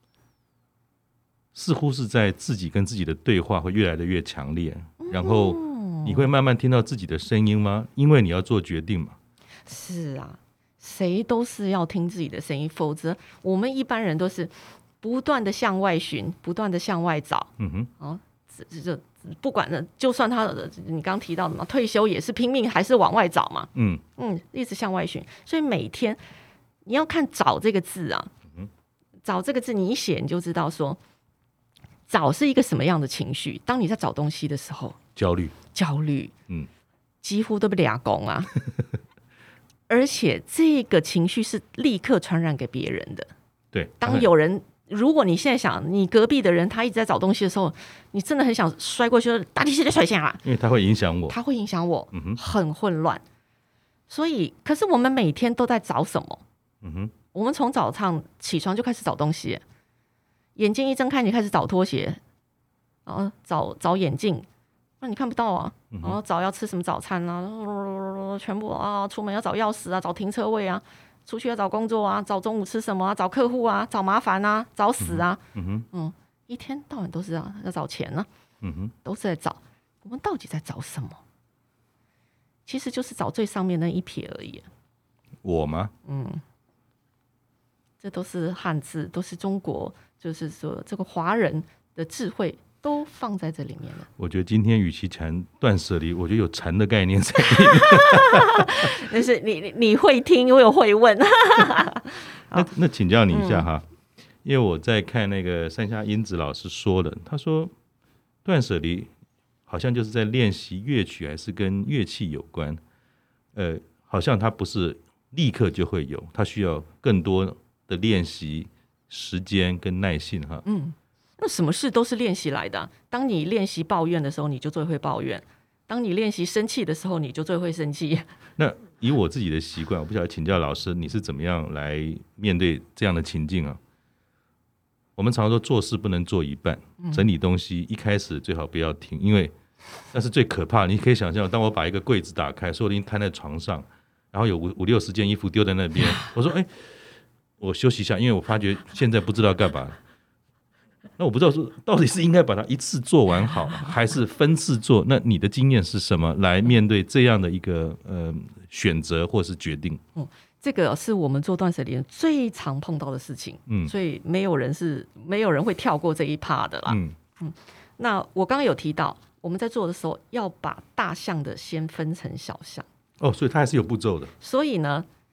似乎是在自己跟自己的对话会越来的越强烈，嗯、然后你会慢慢听到自己的声音吗？因为你要做决定嘛。 是啊，谁都是要听自己的声音，否则我们一般人都是不断的向外寻，不断的向外找。嗯哼，哦，这这。不管呢，就算他你刚提到的嘛，退休也是拼命还是往外找嘛，嗯嗯，一直向外寻。所以每天你要看找这个字啊，嗯、找这个字你一写你就知道说，找是一个什么样的情绪。当你在找东西的时候， 焦虑， 焦虑，嗯，几乎都被俩拱啊，而且这个情绪是立刻传染给别人的。 对， 当有人。如果你现在想你隔壁的人他一直在找东西的时候，你真的很想摔过去大力气的甩下来， 因为他会影响我， 他会影响我，嗯、很混乱。所以可是我们每天都在找什么、嗯、哼我们从早上起床就开始找东西，眼睛一睁开你开始找拖鞋，然后找找眼镜，那你看不到啊，然后找要吃什么早餐啊，全部啊，出门要找钥匙啊，找停车位啊，出去要找工作啊，找中午吃什么啊，找客户啊，找麻烦啊，找死啊，嗯哼，嗯，一天到晚都是啊，要找钱啊，嗯哼，都是在找。我们到底在找什么？其实就是找最上面那一撇而已。 我吗？ 嗯，这都是汉字，都是中国，就是说这个华人的智慧都放在这里面了。 我觉得今天与其谈断舍离，我觉得有禅的概念在里面。 但是你你会听，我有会问。 那那请教你一下哈，嗯、因为我在看那个山下英子老师说的，他说断舍离好像就是在练习乐曲，还是跟乐器有关。呃，好像它不是立刻就会有，它需要更多的练习、时间跟耐性哈。 嗯。那什么事都是练习来的、啊、当你练习抱怨的时候你就最会抱怨，当你练习生气的时候你就最会生气。 那以我自己的习惯，我不晓得请教老师你是怎么样来面对这样的情境啊？我们常常说做事不能做一半，整理东西一开始最好不要停，因为那是最可怕的。你可以想象，当我把一个柜子打开，所有东西摊在床上，然后有五五六十件衣服丢在那边，我说哎、欸，我休息一下，因为我发觉现在不知道干嘛。那我不知道说到底是应该把它一次做完好，还是分次做？那你的经验是什么来面对这样的一个呃选择或是决定？ 嗯，这个是我们做断舍离最常碰到的事情，嗯，所以没有人是没有人会跳过这一趴的啦。嗯嗯，那我刚刚有提到，我们在做的时候要把大项的先分成小项。 哦，所以它还是有步骤的。 所以呢，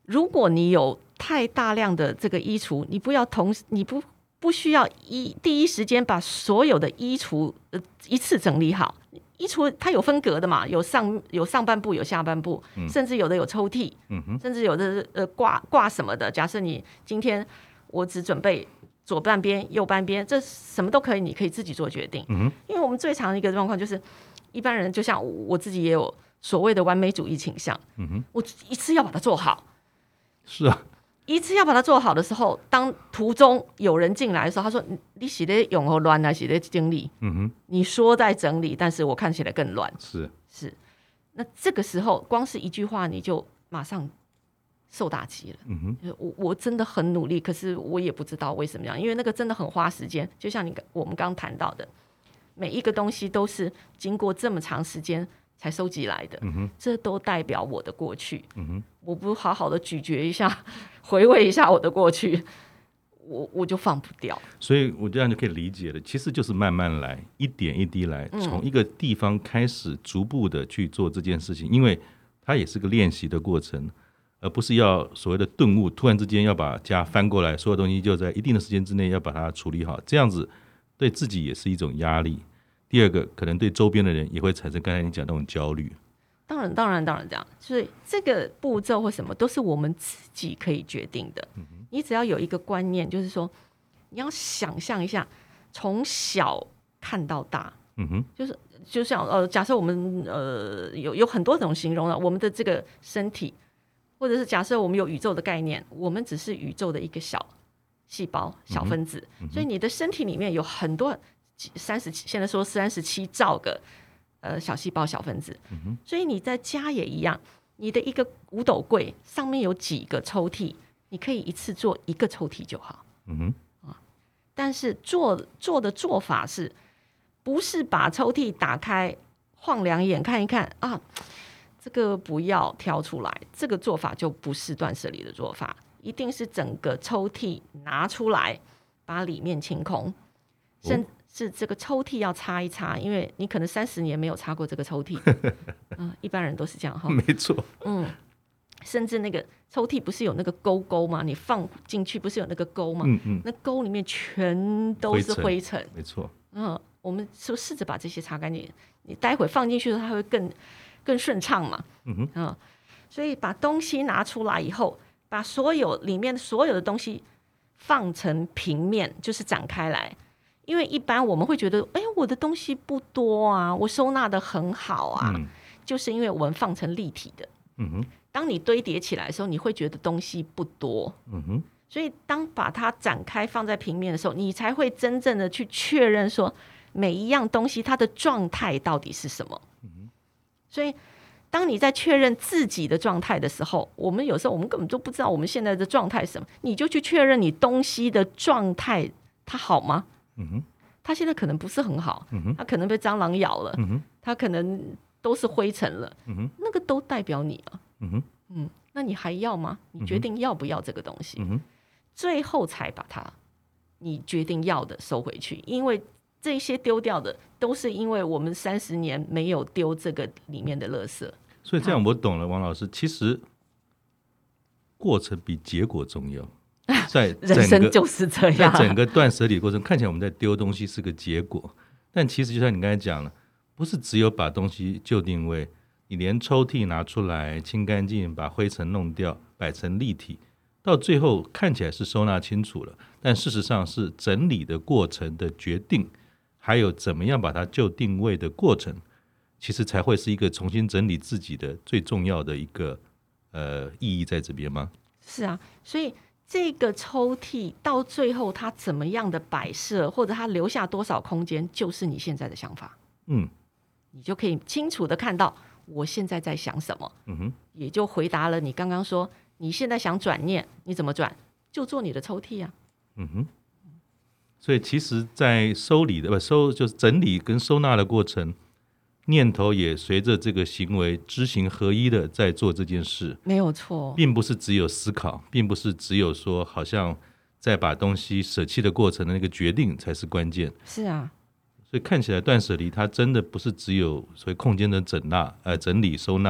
如果你有太大量的这个衣橱，你不要同时，你不不需要一第一时间把所有的衣橱、呃、一次整理好。衣橱它有分隔的嘛，有上有上半部有下半部，嗯、甚至有的有抽屉，嗯、甚至有的呃挂挂什么的。假设你今天我只准备左半边、右半边，这什么都可以，你可以自己做决定。嗯、因为我们最常的一个状况就是，一般人就像我自己也有所谓的完美主义倾向，嗯、我一次要把它做好。 是啊， 一次要把它做好的时候，当途中有人进来的时候，他说：“你是在用后乱还是在整理？”嗯哼，你说在整理，但是我看起来更乱。 是是，那这个时候光是一句话，你就马上受打击了。嗯哼，我我真的很努力，可是我也不知道为什么样，因为那个真的很花时间。就像你我们刚谈到的，每一个东西都是经过这么长时间才收集来的，嗯、这都代表我的过去。嗯、我不好好的咀嚼一下，回味一下我的过去，我我就放不掉。 所以我这样就可以理解了，其实就是慢慢来，一点一滴来，从一个地方开始，逐步的去做这件事情，因为它也是个练习的过程，而不是要所谓的顿悟，突然之间要把家翻过来，所有东西就在一定的时间之内要把它处理好，这样子对自己也是一种压力。第二个，可能对周边的人也会产生刚才你讲那种焦虑。 当然，当然，当然这样，所以这个步骤或什么都是我们自己可以决定的。嗯、你只要有一个观念，就是说，你要想象一下，从小看到大，嗯哼，就是就像呃，假设我们呃有有很多种形容了，我们的这个身体，或者是假设我们有宇宙的概念，我们只是宇宙的一个小细胞、小分子，嗯、所以你的身体里面有很多。三十七，现在说三十七兆个呃小细胞、小分子，嗯、所以你在家也一样，你的一个五斗柜上面有几个抽屉，你可以一次做一个抽屉就好。嗯哼，啊，但是做做的做法是，不是把抽屉打开晃两眼看一看啊，这个不要挑出来，这个做法就不是断舍离的做法，一定是整个抽屉拿出来，把里面清空，甚。哦是这个抽屉要擦一擦，因为你可能三十年没有擦过这个抽屉，嗯、一般人都是这样哈。 没错， 嗯，甚至那个抽屉不是有那个钩钩吗？你放进去不是有那个钩吗？嗯嗯，那钩里面全都是灰尘， 没错。 嗯，我们是不是试着把这些擦干净？你待会放进去的时候，它会更更顺畅嘛。嗯哼，嗯，所以把东西拿出来以后，把所有里面所有的东西放成平面，就是展开来。因为一般我们会觉得，哎，我的东西不多啊，我收纳的很好啊，嗯、就是因为我们放成立体的。嗯哼，当你堆叠起来的时候，你会觉得东西不多。嗯哼，所以当把它展开放在平面的时候，你才会真正的去确认说每一样东西它的状态到底是什么。嗯哼，所以当你在确认自己的状态的时候，我们有时候我们根本就不知道我们现在的状态是什么，你就去确认你东西的状态它好吗？嗯哼，它现在可能不是很好，嗯、它可能被蟑螂咬了，嗯、它可能都是灰尘了，嗯、那个都代表你啊，嗯嗯，那你还要吗？你决定要不要这个东西，嗯、最后才把它你决定要的收回去，因为这些丢掉的都是因为我们三十年没有丢这个里面的垃圾。 所以这样我懂了，王老师，其实过程比结果重要。在整个人生就是这样， 在整个断舍离过程，看起来我们在丢东西是个结果，但其实就像你刚才讲了，不是只有把东西就定位，你连抽屉拿出来清干净，把灰尘弄掉，摆成立体，到最后看起来是收纳清楚了，但事实上是整理的过程的决定，还有怎么样把它就定位的过程，其实才会是一个重新整理自己的最重要的一个呃意义在这边吗？ 是啊，所以这个抽屉到最后它怎么样的摆设，或者它留下多少空间，就是你现在的想法。嗯，你就可以清楚的看到我现在在想什么。嗯哼，也就回答了你刚刚说你现在想转念，你怎么转？就做你的抽屉啊。 嗯哼，所以其实在收理的不收就是整理跟收纳的过程，念头也随着这个行为知行合一的在做这件事， 没有错， 并不是只有思考，并不是只有说好像在把东西舍弃的过程的那个决定才是关键。 是啊， 所以看起来断舍离它真的不是只有所谓空间的整纳、呃整理收纳，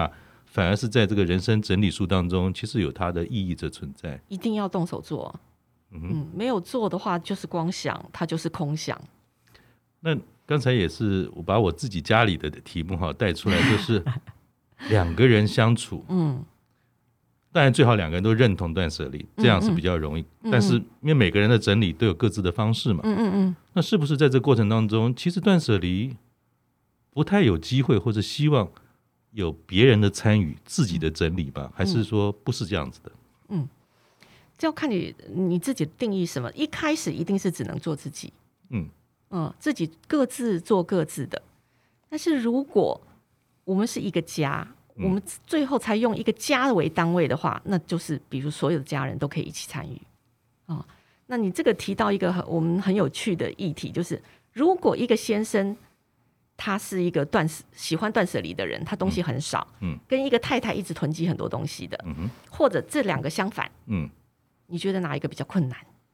反而是在这个人生整理术当中，其实有它的意义的存在。 一定要动手做。嗯, 嗯，没有做的话，就是光想，它就是空想。 那刚才也是我把我自己家里的题目哈带出来，就是两个人相处，嗯，当然最好两个人都认同断舍离，这样是比较容易。嗯嗯但是因为每个人的整理都有各自的方式嘛，嗯嗯嗯，那是不是在这过程当中，其实断舍离不太有机会，或者希望有别人的参与，自己的整理吧？嗯、还是说不是这样子的？嗯。 这要看你你自己定义什么。一开始一定是只能做自己，嗯嗯，自己各自做各自的。但是如果我们是一个家，嗯、我们最后才用一个家为单位的话，那就是比如所有的家人都可以一起参与。哦，那你这个提到一个我们很有趣的议题，就是如果一个先生他是一个断喜欢断舍离的人，他东西很少，嗯，跟一个太太一直囤积很多东西的，嗯哼，或者这两个相反，嗯。你觉得哪一个比较困难？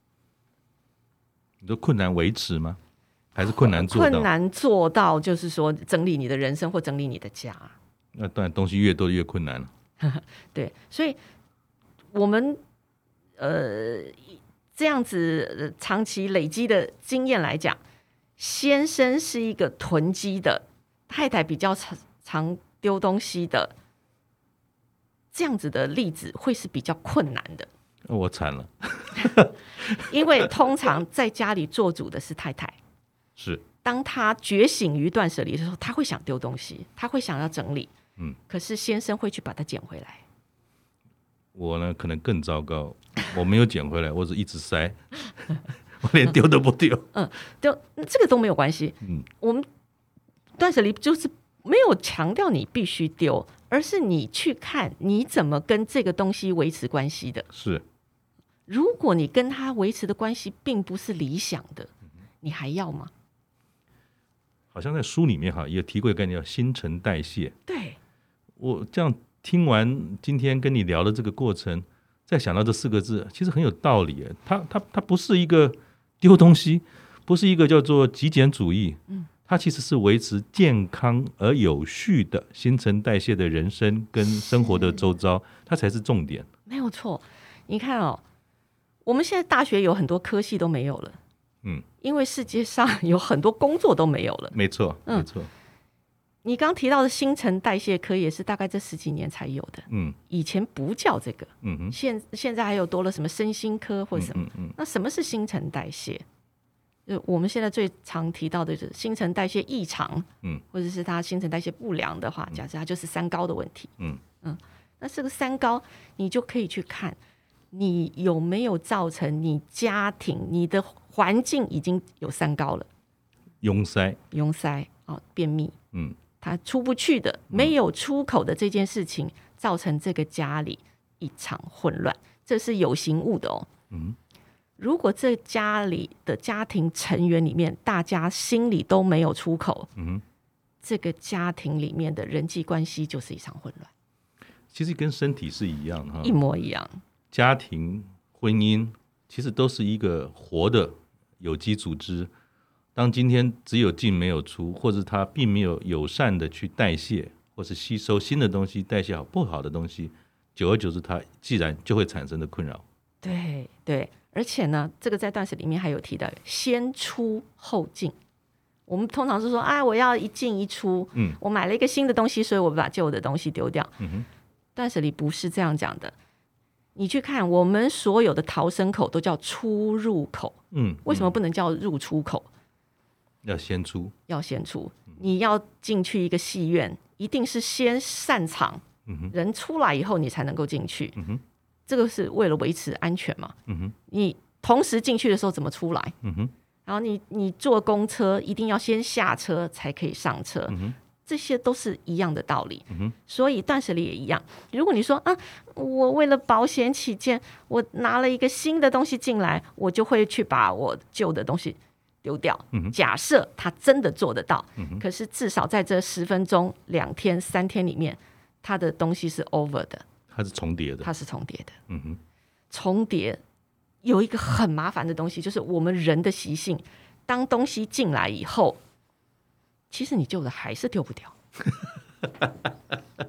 你说困难维持吗？还是困难做到？ 困难做到就是说整理你的人生或整理你的家。 那当然，东西越多越困难了。 对，所以我们呃这样子长期累积的经验来讲，先生是一个囤积的，太太比较常常丢东西的，这样子的例子会是比较困难的。 我惨了。 因为通常在家里做主的是太太， 是当他觉醒于断舍离的时候，他会想丢东西，他会想要整理，嗯，可是先生会去把它捡回来。 我呢可能更糟糕，我没有捡回来，我只一直塞，我连丢都不丢。 嗯，丢这个都没有关系。嗯，我们断舍离就是没有强调你必须丢，而是你去看你怎么跟这个东西维持关系的。 是。 如果你跟他维持的关系并不是理想的，你还要吗？ 好像在书里面哈也提过一个概念叫新陈代谢。 对， 我这样听完今天跟你聊的这个过程，再想到这四个字，其实很有道理。它它它不是一个丢东西，不是一个叫做极简主义，嗯，它其实是维持健康而有序的新陈代谢的人生跟生活的周遭，它才是重点。 没有错，你看哦。我们现在大学有很多科系都没有了，嗯，因为世界上有很多工作都没有了。 没错，嗯、没错。 你刚提到的新陈代谢科也是大概这十几年才有的，嗯，以前不叫这个，嗯哼，现现在还有多了什么身心科或什么，嗯嗯嗯，那什么是新陈代谢？就我们现在最常提到的就是新陈代谢异常，嗯，或者是它新陈代谢不良的话，假设它就是三高的问题，嗯嗯，那这个三高你就可以去看。你有没有造成你家庭、你的环境已经有三高了？ 壅塞、 壅塞、哦、便秘，嗯，他出不去的、没有出口的这件事情，造成这个家里一场混乱，这是有形物的哦。嗯，如果这家里的家庭成员里面，大家心里都没有出口，嗯，这个家庭里面的人际关系就是一场混乱。 其实跟身体是一样的哈， 一模一样。 家庭、婚姻其实都是一个活的有机组织。当今天只有进没有出，或者它并没有友善的去代谢，或是吸收新的东西，代谢好不好的东西，久而久之，它既然就会产生的困扰。 对对，而且呢，这个在断舍里面还有提到先出后进。我们通常是说，啊，我要一进一出，嗯，我买了一个新的东西，所以我把旧的东西丢掉。嗯哼，断舍离不是这样讲的。你去看，我们所有的逃生口都叫出入口，嗯，为什么不能叫入出口？ 要先出， 要先出。你要进去一个戏院，一定是先散场，嗯哼，人出来以后你才能够进去，嗯哼，这个是为了维持安全嘛，嗯哼，你同时进去的时候怎么出来？嗯哼，然后你你坐公车一定要先下车才可以上车，嗯哼，这些都是一样的道理，嗯、所以断舍离也一样。如果你说啊，我为了保险起见，我拿了一个新的东西进来，我就会去把我旧的东西丢掉。嗯、假设他真的做得到，嗯、可是至少在这十分钟、两天、三天里面，他的东西是 over 的， 它是重叠的， 它是重叠的。嗯哼，重叠有一个很麻烦的东西，就是我们人的习性，当东西进来以后。其实你旧的还是丢不掉，不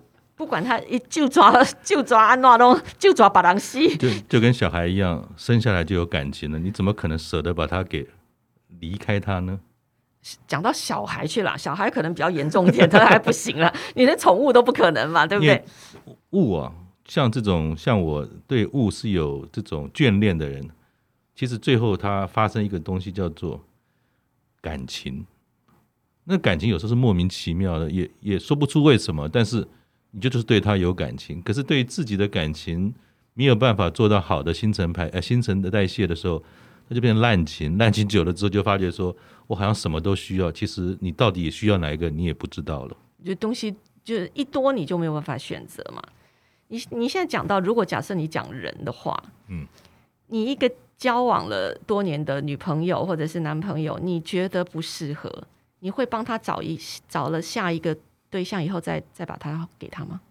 不管他一就抓就抓安诺东就抓把人死， 就就跟小孩一样，生下来就有感情了，你怎么可能舍得把他给离开他呢？ 讲到小孩去了，小孩可能比较严重一点，他还不行了。你的宠物都不可能嘛，对不对？ 物啊，像这种像我对物是有这种眷恋的人，其实最后它发生一个东西叫做感情。那感情有时候是莫名其妙的，也也说不出为什么，但是你就就是对他有感情。可是对于自己的感情没有办法做到好的新陈排呃新陈的代谢的时候，那就变成滥情。滥情久了之后，就发觉说我好像什么都需要，其实你到底需要哪一个，你也不知道了。 就东西就一多，你就没有办法选择嘛。你你现在讲到，如果假设你讲人的话，嗯，你一个交往了多年的女朋友或者是男朋友，你觉得不适合，你会帮他找一找了下一个对象以后再再把他给他吗？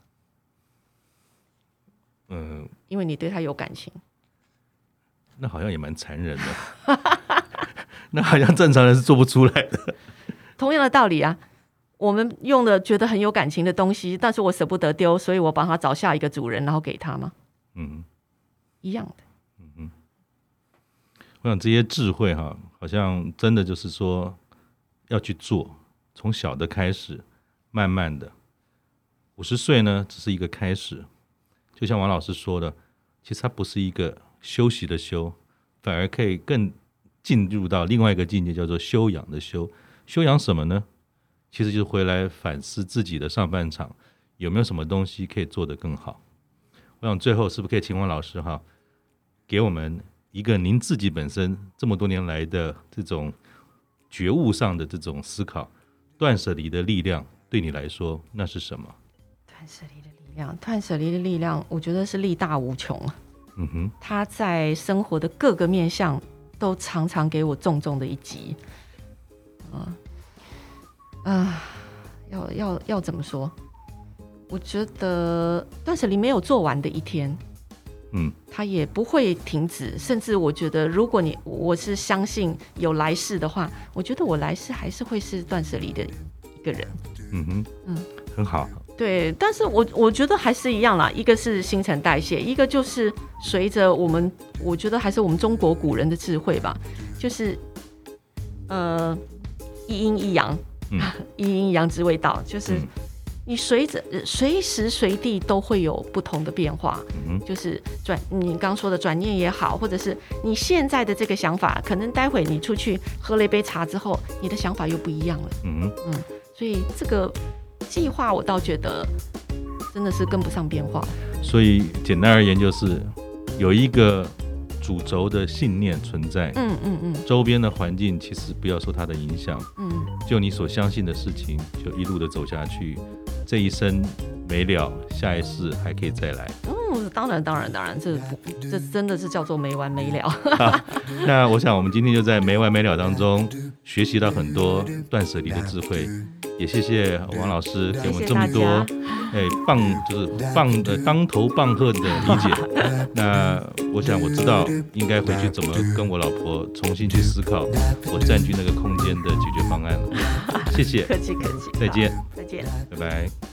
嗯，因为你对他有感情。 那好像也蛮残忍的，那好像正常人是做不出来的。 同样的道理啊，我们用的觉得很有感情的东西，但是我舍不得丢，所以我帮他找下一个主人，然后给他吗？嗯，一样的。 嗯哼，我想这些智慧哈，好像真的就是说要去做，从小的开始，慢慢的。五十岁呢，只是一个开始。就像王老师说的，其实它不是一个休息的休，反而可以更进入到另外一个境界，叫做修养的修。修养什么呢？其实就是回来反思自己的上半场有没有什么东西可以做得更好。我想最后是不是可以请王老师哈，给我们一个您自己本身这么多年来的这种觉悟上的这种思考，断舍离的力量对你来说那是什么？ 断舍离的力量，断舍离的力量，我觉得是力大无穷。嗯哼，他在生活的各个面向都常常给我重重的一击。啊、呃呃，要要要怎么说？我觉得断舍离没有做完的一天，嗯，他也不会停止。甚至我觉得，如果你我是相信有来世的话，我觉得我来世还是会是断舍离的一个人。嗯哼，嗯， 很好。 对，但是我我觉得还是一样啦，一个是新陈代谢，一个就是随着我们，我觉得还是我们中国古人的智慧吧，就是呃一阴一阳，嗯、一阴一阳之谓道，就是你随着随时随地都会有不同的变化，嗯、就是转你刚刚说的转念也好，或者是你现在的这个想法，可能待会你出去喝了一杯茶之后，你的想法又不一样了，嗯嗯，所以这个。计划我倒觉得真的是跟不上变化， 所以简单而言就是有一个主轴的信念存在，嗯嗯嗯，周边的环境其实不要受它的影响，嗯，就你所相信的事情就一路的走下去，这一生没了，下一世还可以再来。 嗯，当然当然当然，这这真的是叫做没完没了。 好，那我想我们今天就在没完没了当中学习到很多断舍离的智慧。也谢谢王老师给我们这么多，哎，棒就是棒的当头棒喝的理解。那我想我知道应该回去怎么跟我老婆重新去思考我占据那个空间的解决方案了。谢谢， 客气客气， 再见， 再见， 拜拜。